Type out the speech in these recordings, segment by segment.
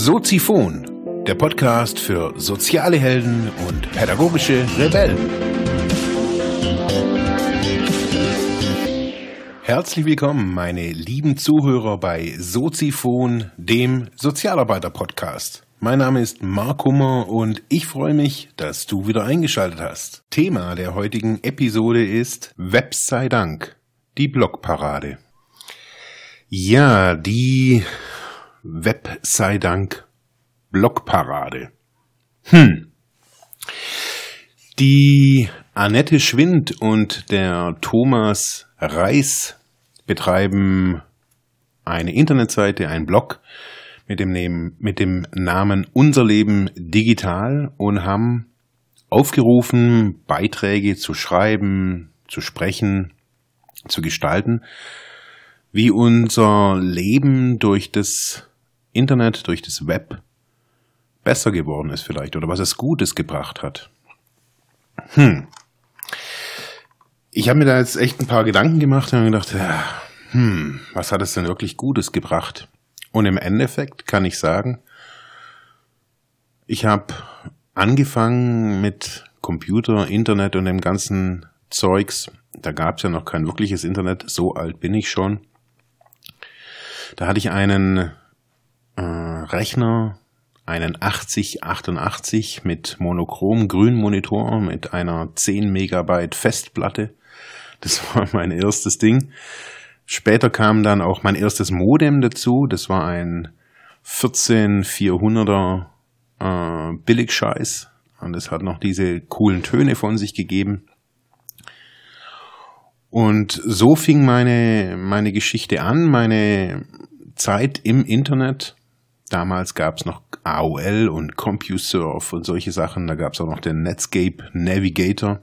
Soziphon, der Podcast für soziale Helden und pädagogische Rebellen. Herzlich willkommen, meine lieben Zuhörer bei Soziphon, dem Sozialarbeiter-Podcast. Mein Name ist Mark Hummer und ich freue mich, dass du wieder eingeschaltet hast. Thema der heutigen Episode ist Web sei Dank, die Blogparade. Ja, die Web sei Dank Blogparade. Die Annette Schwind und der Thomas Reis betreiben eine Internetseite, einen Blog mit dem Namen Unser Leben digital und haben aufgerufen, Beiträge zu schreiben, zu sprechen, zu gestalten, wie unser Leben durch das Internet, durch das Web besser geworden ist vielleicht oder was es Gutes gebracht hat. Ich habe mir da jetzt echt ein paar Gedanken gemacht und gedacht, was hat es denn wirklich Gutes gebracht? Und im Endeffekt kann ich sagen, ich habe angefangen mit Computer, Internet und dem ganzen Zeugs. Da gab es ja noch kein wirkliches Internet, so alt bin ich schon. Da hatte ich einen Rechner, einen 8088 mit monochrom grünen Monitor mit einer 10 Megabyte Festplatte. Das war mein erstes Ding. Später kam dann auch mein erstes Modem dazu. Das war ein 14400er Billigscheiß. Und es hat noch diese coolen Töne von sich gegeben. Und so fing meine Geschichte an, meine Zeit im Internet. Damals gab es noch AOL und CompuServe und solche Sachen. Da gab es auch noch den Netscape Navigator.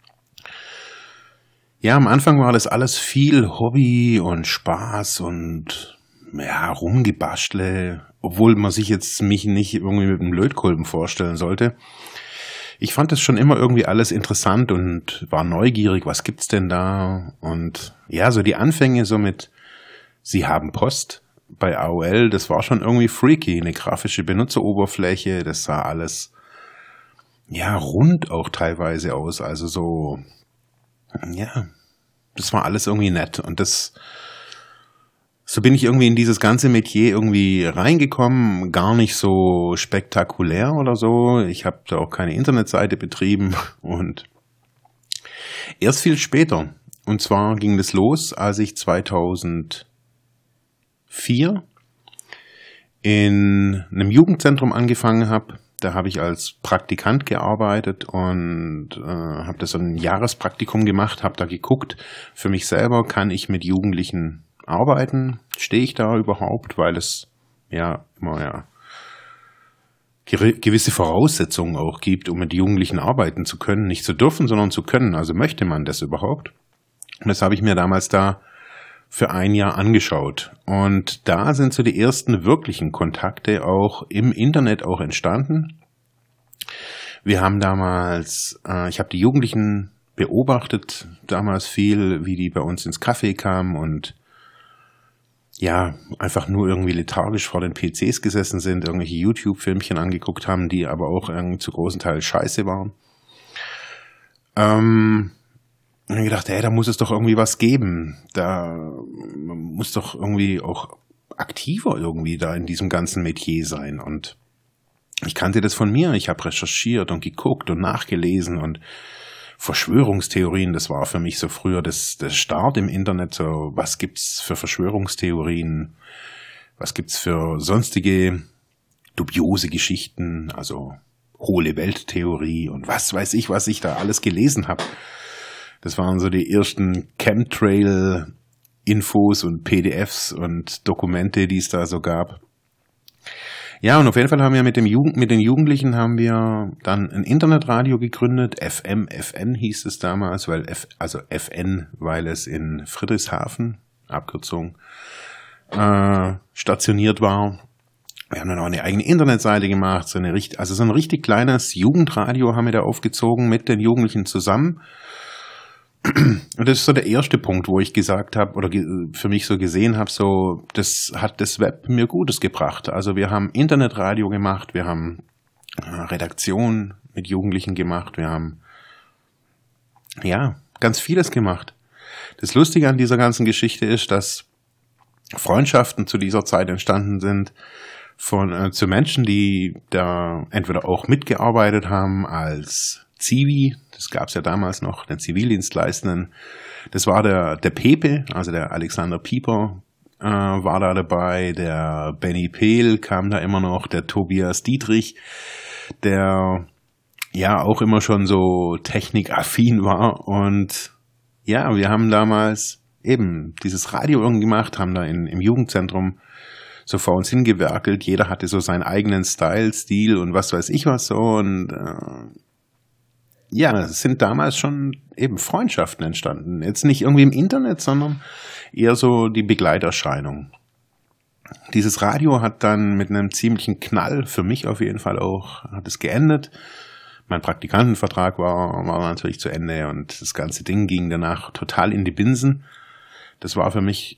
Ja, am Anfang war das alles viel Hobby und Spaß und Rumgebastle, obwohl man sich jetzt mich nicht irgendwie mit einem Lötkolben vorstellen sollte. Ich fand das schon immer irgendwie alles interessant und war neugierig, was gibt's denn da? Und ja, so die Anfänge so mit Sie haben Post bei AOL, das war schon irgendwie freaky, eine grafische Benutzeroberfläche, das sah alles rund auch teilweise aus, also so das war alles irgendwie nett und so bin ich irgendwie in dieses ganze Metier irgendwie reingekommen, gar nicht so spektakulär oder so. Ich habe da auch keine Internetseite betrieben und erst viel später. Und zwar ging das los, als ich 2004 in einem Jugendzentrum angefangen habe. Da habe ich als Praktikant gearbeitet und habe das ein Jahrespraktikum gemacht, habe da geguckt, für mich selber kann ich mit Jugendlichen arbeiten, stehe ich da überhaupt, weil es immer gewisse Voraussetzungen auch gibt, um mit Jugendlichen arbeiten zu können, nicht zu dürfen, sondern zu können, also möchte man das überhaupt? Und das habe ich mir damals da für ein Jahr angeschaut. Und da sind so die ersten wirklichen Kontakte auch im Internet auch entstanden. Wir haben damals, ich habe die Jugendlichen beobachtet, damals viel, wie die bei uns ins Café kamen und einfach nur irgendwie lethargisch vor den PCs gesessen sind, irgendwelche YouTube-Filmchen angeguckt haben, die aber auch zu großen Teil scheiße waren. Und ich gedacht, da muss es doch irgendwie was geben. Da muss doch irgendwie auch aktiver irgendwie da in diesem ganzen Metier sein. Und ich kannte das von mir. Ich habe recherchiert und geguckt und nachgelesen und Verschwörungstheorien, das war für mich so früher das Start im Internet. So, was gibt's für Verschwörungstheorien? Was gibt's für sonstige dubiose Geschichten? Also hohle Welttheorie und was weiß ich, was ich da alles gelesen habe. Das waren so die ersten Chemtrail-Infos und PDFs und Dokumente, die es da so gab. Ja, und auf jeden Fall haben wir mit den Jugendlichen haben wir dann ein Internetradio gegründet. FN hieß es damals, weil es in Friedrichshafen, Abkürzung, stationiert war. Wir haben dann auch eine eigene Internetseite gemacht, so ein richtig kleines Jugendradio haben wir da aufgezogen mit den Jugendlichen zusammen. Und das ist so der erste Punkt, wo ich gesagt habe oder für mich so gesehen habe, so das hat das Web mir Gutes gebracht. Also wir haben Internetradio gemacht, wir haben Redaktion mit Jugendlichen gemacht, wir haben ja ganz vieles gemacht. Das Lustige an dieser ganzen Geschichte ist, dass Freundschaften zu dieser Zeit entstanden sind zu Menschen, die da entweder auch mitgearbeitet haben als Zivi, das gab es ja damals noch, den Zivildienstleistenden. Das war der Pepe, also der Alexander Pieper war da dabei, der Benny Pehl kam da immer noch, der Tobias Dietrich, der ja auch immer schon so technikaffin war. Und ja, wir haben damals eben dieses Radio irgendwie gemacht, haben da im Jugendzentrum so vor uns hingewerkelt. Jeder hatte so seinen eigenen Stil und was weiß ich was so. Und ja, es sind damals schon eben Freundschaften entstanden. Jetzt nicht irgendwie im Internet, sondern eher so die Begleiterscheinung. Dieses Radio hat dann mit einem ziemlichen Knall, für mich auf jeden Fall auch, hat es geendet. Mein Praktikantenvertrag war natürlich zu Ende und das ganze Ding ging danach total in die Binsen. Das war für mich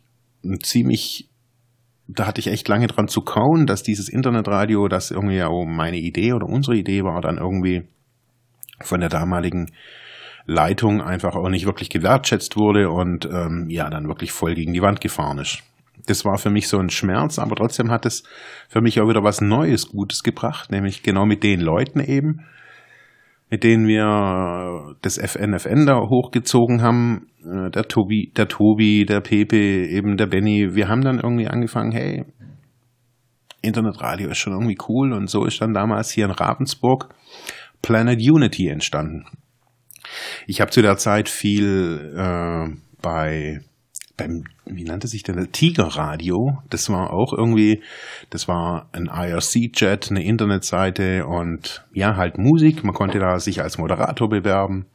da hatte ich echt lange dran zu kauen, dass dieses Internetradio, das irgendwie auch meine Idee oder unsere Idee war, dann irgendwie von der damaligen Leitung einfach auch nicht wirklich gewertschätzt wurde und dann wirklich voll gegen die Wand gefahren ist. Das war für mich so ein Schmerz, aber trotzdem hat es für mich auch wieder was Neues, Gutes gebracht, nämlich genau mit den Leuten eben, mit denen wir das FNFN da hochgezogen haben, der Tobi, der Pepe, eben der Benny. Wir haben dann irgendwie angefangen, hey, Internetradio ist schon irgendwie cool, und so ist dann damals hier in Ravensburg Planet Unity entstanden. Ich habe zu der Zeit viel beim, wie nannte sich denn, Tigerradio, das war ein IRC-Chat, eine Internetseite und ja, halt Musik, man konnte da sich als Moderator bewerben.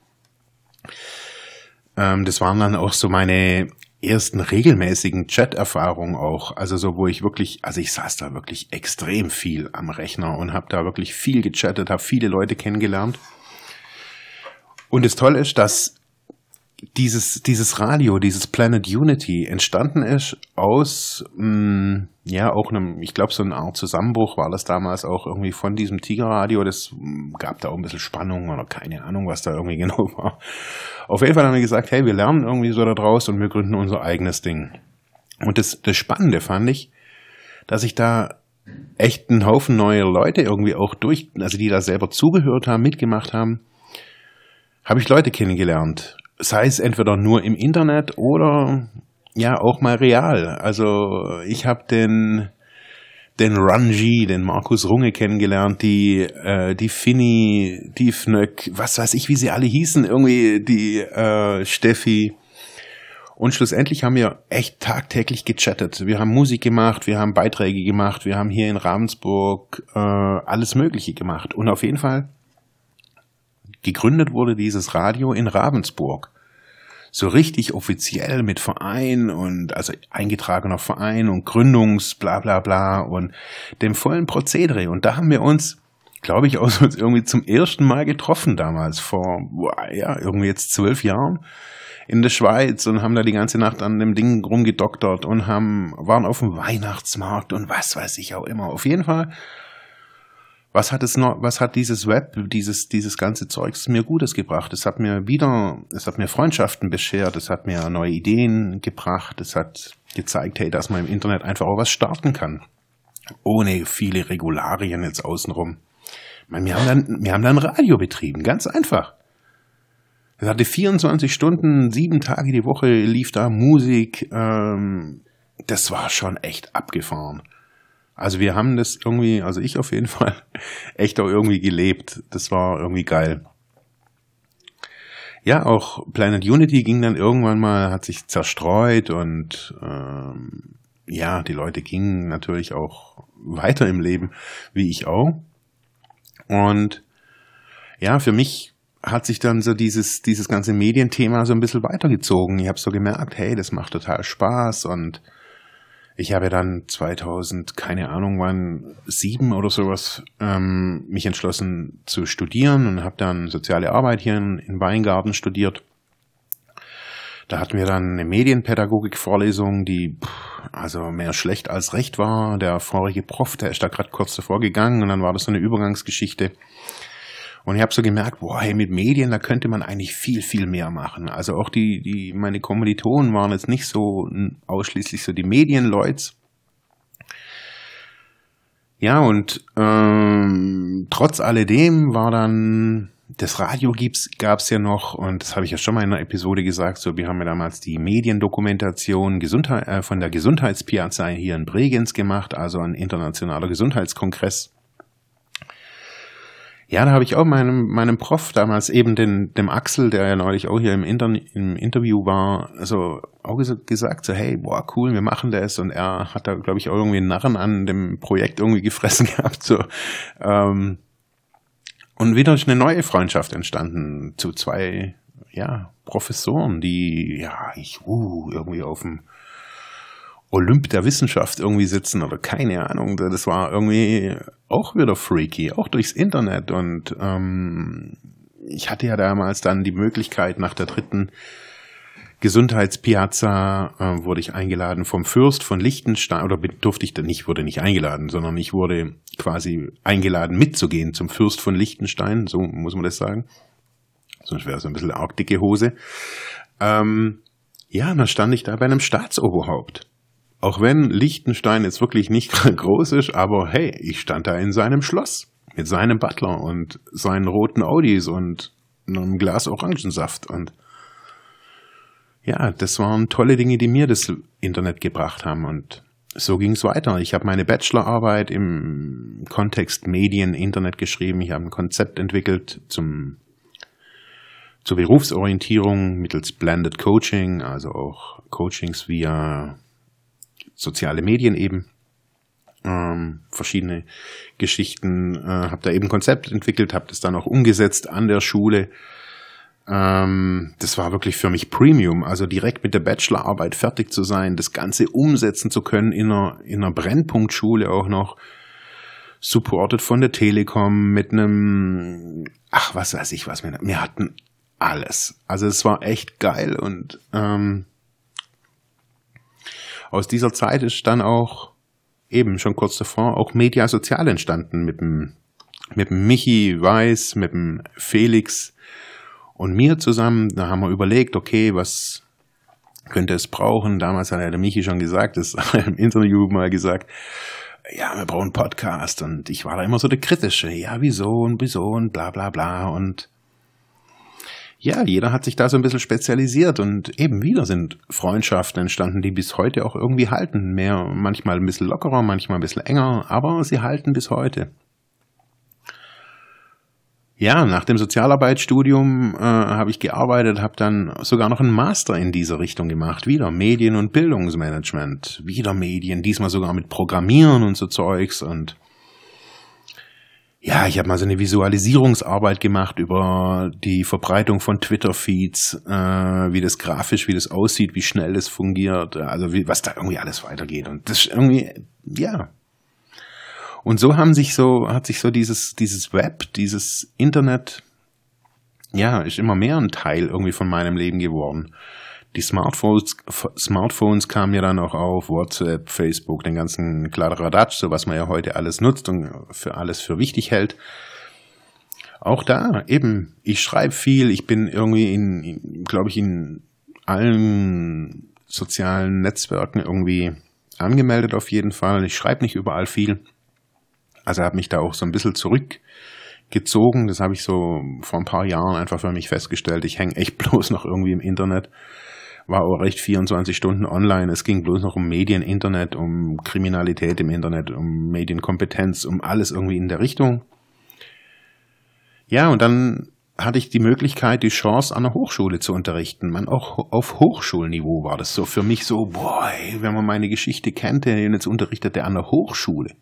Das waren dann auch so meine ersten regelmäßigen Chat-Erfahrungen auch, also so, wo ich saß da wirklich extrem viel am Rechner und habe da wirklich viel gechattet, habe viele Leute kennengelernt. Und das Tolle ist, dass dieses Radio, dieses Planet Unity entstanden ist aus, auch ich glaube, so eine Art Zusammenbruch war das damals auch irgendwie von diesem Tigerradio. Das gab da auch ein bisschen Spannung oder keine Ahnung, was da irgendwie genau war. Auf jeden Fall haben wir gesagt, hey, wir lernen irgendwie so da draus und wir gründen unser eigenes Ding. Und das Spannende fand ich, dass ich da echt einen Haufen neue Leute irgendwie auch die da selber zugehört haben, mitgemacht haben, habe ich Leute kennengelernt. Sei es entweder nur im Internet oder ja auch mal real. Also ich habe den Runji, den Markus Runge kennengelernt, die Finny, die Fnöck, was weiß ich, wie sie alle hießen, irgendwie die Steffi. Und schlussendlich haben wir echt tagtäglich gechattet. Wir haben Musik gemacht, wir haben Beiträge gemacht, wir haben hier in Ravensburg alles Mögliche gemacht. Und auf jeden Fall gegründet wurde dieses Radio in Ravensburg. So richtig offiziell mit Verein und also eingetragener Verein und Gründungs bla bla bla und dem vollen Prozedere. Und da haben wir uns, glaube ich, auch so irgendwie zum ersten Mal getroffen damals, irgendwie jetzt 12 Jahren in der Schweiz, und haben da die ganze Nacht an dem Ding rumgedoktert und waren auf dem Weihnachtsmarkt und was weiß ich auch immer. Auf jeden Fall, was hat dieses Web, dieses ganze Zeugs mir Gutes gebracht? Es hat mir Freundschaften beschert, es hat mir neue Ideen gebracht, es hat gezeigt, hey, dass man im Internet einfach auch was starten kann. Ohne viele Regularien jetzt außenrum. Wir haben dann Radio betrieben, ganz einfach. Es hatte 24 Stunden, 7 Tage die Woche lief da Musik, das war schon echt abgefahren. Also wir haben das irgendwie, also ich auf jeden Fall, echt auch irgendwie gelebt. Das war irgendwie geil. Ja, auch Planet Unity ging dann irgendwann mal, hat sich zerstreut und die Leute gingen natürlich auch weiter im Leben, wie ich auch. Und ja, für mich hat sich dann so dieses ganze Medienthema so ein bisschen weitergezogen. Ich habe so gemerkt, hey, das macht total Spaß, und ich habe dann 2000, keine Ahnung wann, 7 oder sowas, mich entschlossen zu studieren und habe dann Soziale Arbeit hier in Weingarten studiert. Da hatten wir dann eine Medienpädagogik-Vorlesung, die also mehr schlecht als recht war. Der vorige Prof, der ist da gerade kurz davor gegangen und dann war das so eine Übergangsgeschichte. Und ich habe so gemerkt, boah, hey, mit Medien, da könnte man eigentlich viel, viel mehr machen. Also auch meine Kommilitonen waren jetzt nicht so ausschließlich so die Medienleute. Ja, und trotz alledem war dann, das Radio gab's ja noch, und das habe ich ja schon mal in einer Episode gesagt, so, wir haben ja damals die Mediendokumentation von der Gesundheitspiazza hier in Bregenz gemacht, also ein internationaler Gesundheitskongress. Ja, da habe ich auch meinem Prof damals eben dem Axel, der ja neulich auch hier im Interview war, also auch gesagt, so, hey, boah, cool, wir machen das. Und er hat da, glaube ich, auch irgendwie einen Narren an dem Projekt irgendwie gefressen gehabt. So. Und wieder ist eine neue Freundschaft entstanden zu zwei Professoren, die irgendwie auf dem Olymp der Wissenschaft irgendwie sitzen oder keine Ahnung. Das war irgendwie auch wieder freaky, auch durchs Internet. Und ich hatte ja damals dann die Möglichkeit, nach der 3. Gesundheitspiazza wurde ich eingeladen vom Fürst von Liechtenstein, oder wurde nicht eingeladen, sondern ich wurde quasi eingeladen mitzugehen zum Fürst von Liechtenstein, so muss man das sagen. Sonst wäre es ein bisschen arg dicke Hose. Dann stand ich da bei einem Staatsoberhaupt. Auch wenn Liechtenstein jetzt wirklich nicht groß ist, aber hey, ich stand da in seinem Schloss mit seinem Butler und seinen roten Audis und einem Glas Orangensaft. Und ja, das waren tolle Dinge, die mir das Internet gebracht haben. Und so ging es weiter. Ich habe meine Bachelorarbeit im Kontext Medien, Internet geschrieben. Ich habe ein Konzept entwickelt zur Berufsorientierung mittels Blended Coaching, also auch Coachings via soziale Medien eben, verschiedene Geschichten, habe da eben ein Konzept entwickelt, habe das dann auch umgesetzt an der Schule. Das war wirklich für mich Premium, also direkt mit der Bachelorarbeit fertig zu sein, das Ganze umsetzen zu können in einer Brennpunktschule auch noch, supported von der Telekom mit einem, was weiß ich was, wir hatten alles. Also es war echt geil und aus dieser Zeit ist dann auch eben schon kurz davor auch Media Sozial entstanden mit dem Michi Weiß, mit dem Felix und mir zusammen. Da haben wir überlegt, okay, was könnte es brauchen? Damals hat ja der Michi schon gesagt, das im Interview mal gesagt, ja, wir brauchen einen Podcast. Und ich war da immer so der Kritische, ja, wieso und bla bla bla. Und ja, jeder hat sich da so ein bisschen spezialisiert und eben wieder sind Freundschaften entstanden, die bis heute auch irgendwie halten. Manchmal ein bisschen lockerer, manchmal ein bisschen enger, aber sie halten bis heute. Ja, nach dem Sozialarbeitsstudium habe ich gearbeitet, habe dann sogar noch einen Master in dieser Richtung gemacht. Wieder Medien- und Bildungsmanagement, wieder Medien, diesmal sogar mit Programmieren und so Zeugs. Und ja, ich habe mal so eine Visualisierungsarbeit gemacht über die Verbreitung von Twitter-Feeds, wie das grafisch, wie das aussieht, wie schnell das fungiert, also was da irgendwie alles weitergeht. Und das ist irgendwie, ja. Und so hat sich so dieses Web, dieses Internet, ja, ist immer mehr ein Teil irgendwie von meinem Leben geworden. Die Smartphones kamen ja dann auch auf, WhatsApp, Facebook, den ganzen Kladderadatsch, so was man ja heute alles nutzt und für alles für wichtig hält. Auch da eben, ich schreibe viel, ich bin irgendwie glaube ich, in allen sozialen Netzwerken irgendwie angemeldet auf jeden Fall. Ich schreibe nicht überall viel. Also habe mich da auch so ein bisschen zurückgezogen. Das habe ich so vor ein paar Jahren einfach für mich festgestellt. Ich hänge echt bloß noch irgendwie im Internet. War auch recht 24 Stunden online. Es ging bloß noch um Medien, Internet, um Kriminalität im Internet, um Medienkompetenz, um alles irgendwie in der Richtung. Ja, und dann hatte ich die Möglichkeit, die Chance, an der Hochschule zu unterrichten. Auch auf Hochschulniveau war das so für mich so, boah, wenn man meine Geschichte kennt, den jetzt unterrichtet der an der Hochschule.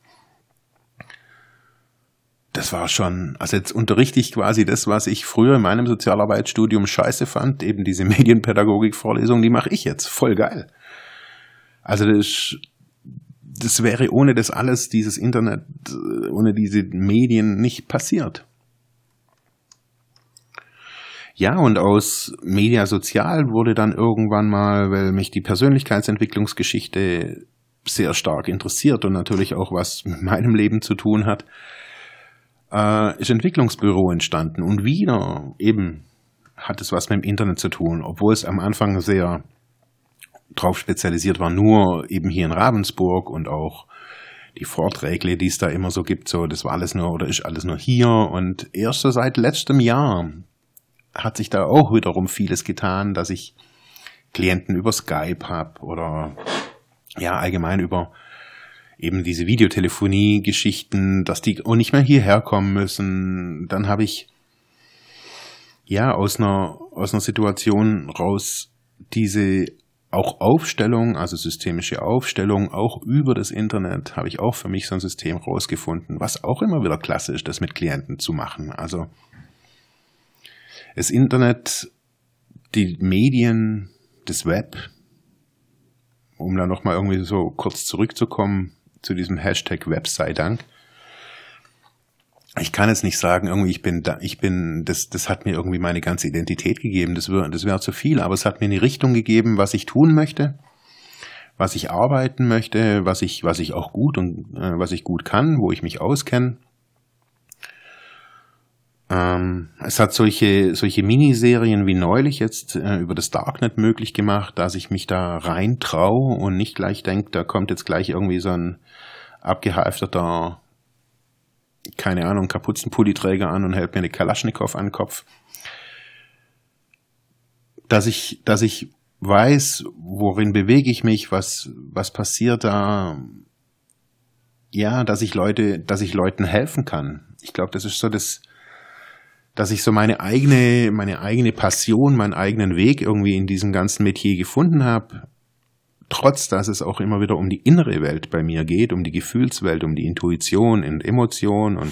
Das war schon, also jetzt unterrichte ich quasi das, was ich früher in meinem Sozialarbeitsstudium scheiße fand, eben diese Medienpädagogik-Vorlesung, die mache ich jetzt, voll geil. Also das wäre ohne das alles, dieses Internet, ohne diese Medien nicht passiert. Ja, und aus Media Sozial wurde dann irgendwann mal, weil mich die Persönlichkeitsentwicklungsgeschichte sehr stark interessiert und natürlich auch was mit meinem Leben zu tun hat, ist Entwicklungsbüro entstanden. Und wieder eben hat es was mit dem Internet zu tun, obwohl es am Anfang sehr drauf spezialisiert war, nur eben hier in Ravensburg und auch die Vorträge, die es da immer so gibt, so das war alles nur oder ist alles nur hier. Und erst so seit letztem Jahr hat sich da auch wiederum vieles getan, dass ich Klienten über Skype habe oder ja allgemein über eben diese Videotelefonie-Geschichten, dass die auch nicht mehr hierher kommen müssen. Dann habe ich ja aus einer Situation raus diese auch Aufstellung, also systemische Aufstellung, auch über das Internet, habe ich auch für mich so ein System rausgefunden, was auch immer wieder klasse ist, das mit Klienten zu machen. Also das Internet, die Medien, das Web, um da nochmal irgendwie so kurz zurückzukommen zu diesem Hashtag Web sei Dank. Ich kann jetzt nicht sagen, irgendwie das hat mir irgendwie meine ganze Identität gegeben, das wäre zu viel, aber es hat mir eine Richtung gegeben, was ich tun möchte, was ich arbeiten möchte, was ich auch gut und was ich gut kann, wo ich mich auskenne. Es hat solche Miniserien wie neulich jetzt über das Darknet möglich gemacht, dass ich mich da rein traue und nicht gleich denke, da kommt jetzt gleich irgendwie so ein abgehalfterter, keine Ahnung, Kapuzenpulliträger an und hält mir eine Kalaschnikow an den Kopf. Dass ich weiß, worin bewege ich mich, was passiert da. Ja, dass ich Leuten helfen kann. Ich glaube, das ist so dass ich so meine eigene Passion, meinen eigenen Weg irgendwie in diesem ganzen Metier gefunden habe, trotz dass es auch immer wieder um die innere Welt bei mir geht, um die Gefühlswelt, um die Intuition und Emotion und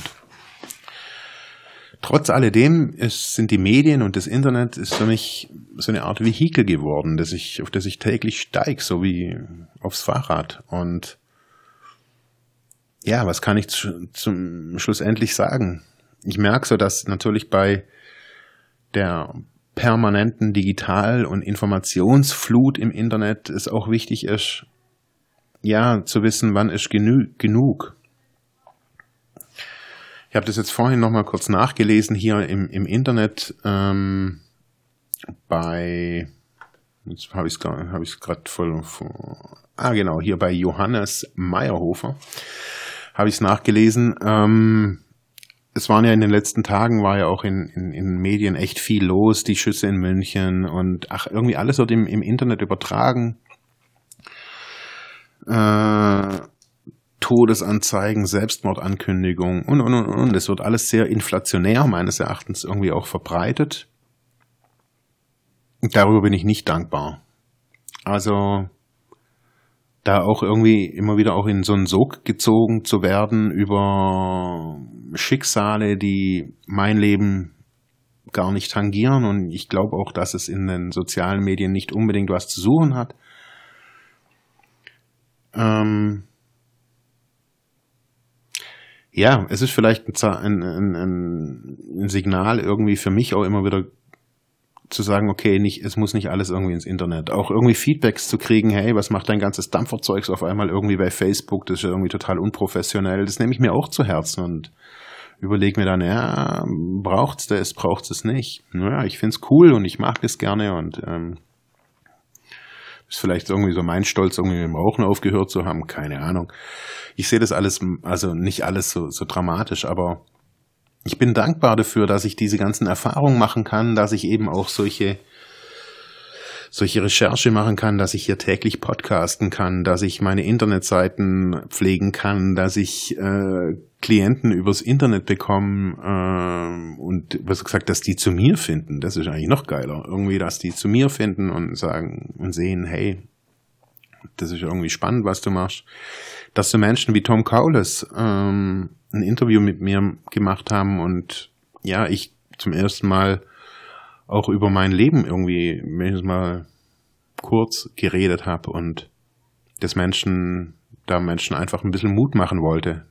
trotz alledem sind die Medien und das Internet ist für mich so eine Art Vehikel geworden, auf das ich täglich steige, so wie aufs Fahrrad. Und ja, was kann ich zum schlussendlich sagen? Ich merke so, dass natürlich bei der permanenten Digital- und Informationsflut im Internet es auch wichtig ist, ja, zu wissen, wann ist genug. Ich habe das jetzt vorhin noch mal kurz nachgelesen hier im Internet jetzt habe ich es gerade genau, hier bei Johannes Meyerhofer habe ich es nachgelesen. Es waren ja in den letzten Tagen, war ja auch in Medien echt viel los, die Schüsse in München und irgendwie alles wird im Internet übertragen. Todesanzeigen, Selbstmordankündigungen und. Es wird alles sehr inflationär, meines Erachtens, irgendwie auch verbreitet. Und darüber bin ich nicht dankbar. Also da auch irgendwie immer wieder auch in so einen Sog gezogen zu werden über Schicksale, die mein Leben gar nicht tangieren. Und ich glaube auch, dass es in den sozialen Medien nicht unbedingt was zu suchen hat. Ja, es ist vielleicht ein Signal irgendwie für mich auch immer wieder zu sagen, okay, es muss nicht alles irgendwie ins Internet. Auch irgendwie Feedbacks zu kriegen, hey, was macht dein ganzes Dampferzeugs auf einmal irgendwie bei Facebook? Das ist ja irgendwie total unprofessionell. Das nehme ich mir auch zu Herzen und überlege mir dann, ja, braucht's es nicht? Naja, ich find's cool und ich mag das gerne und ist vielleicht irgendwie so mein Stolz, irgendwie mit dem Rauchen aufgehört zu haben, keine Ahnung. Ich sehe das alles, also nicht alles so dramatisch, aber ich bin dankbar dafür, dass ich diese ganzen Erfahrungen machen kann, dass ich eben auch solche Recherche machen kann, dass ich hier täglich podcasten kann, dass ich meine Internetseiten pflegen kann, dass ich Klienten übers Internet bekomme und was gesagt, dass die zu mir finden. Das ist eigentlich noch geiler. Irgendwie, dass die zu mir finden und sagen und sehen, hey, das ist irgendwie spannend, was du machst. Dass so Menschen wie Tom Kaules ein Interview mit mir gemacht haben und ja, ich zum ersten Mal auch über mein Leben irgendwie wenigstens mal kurz geredet habe und dass Menschen einfach ein bisschen Mut machen wollte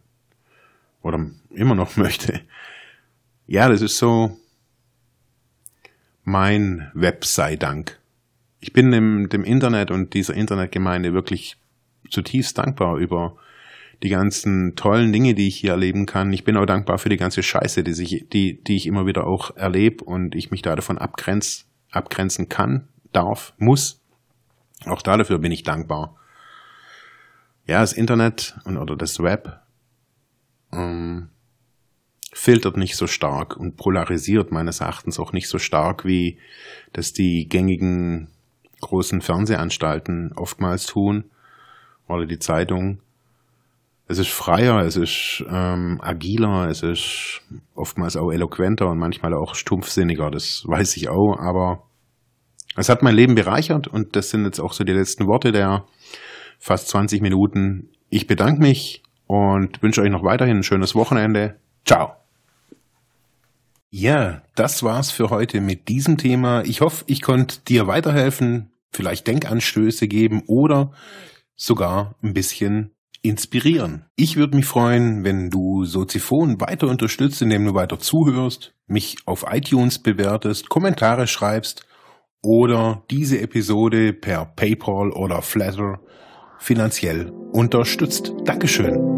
oder immer noch möchte. Ja, das ist so mein Web sei Dank. Ich bin dem Internet und dieser Internetgemeinde wirklich zutiefst dankbar über die ganzen tollen Dinge, die ich hier erleben kann. Ich bin auch dankbar für die ganze Scheiße, die ich immer wieder auch erlebe und ich mich da davon abgrenzen kann, darf, muss. Auch dafür bin ich dankbar. Ja, das Internet oder das Web filtert nicht so stark und polarisiert meines Erachtens auch nicht so stark, wie das die gängigen großen Fernsehanstalten oftmals tun oder die Zeitung. Es ist freier, es ist agiler, es ist oftmals auch eloquenter und manchmal auch stumpfsinniger, das weiß ich auch, aber es hat mein Leben bereichert und das sind jetzt auch so die letzten Worte der fast 20 Minuten. Ich bedanke mich und wünsche euch noch weiterhin ein schönes Wochenende. Ciao! Ja, das war's für heute mit diesem Thema. Ich hoffe, ich konnte dir weiterhelfen, vielleicht Denkanstöße geben oder sogar ein bisschen inspirieren. Ich würde mich freuen, wenn du Soziphon weiter unterstützt, indem du weiter zuhörst, mich auf iTunes bewertest, Kommentare schreibst oder diese Episode per PayPal oder Flattr finanziell unterstützt. Dankeschön.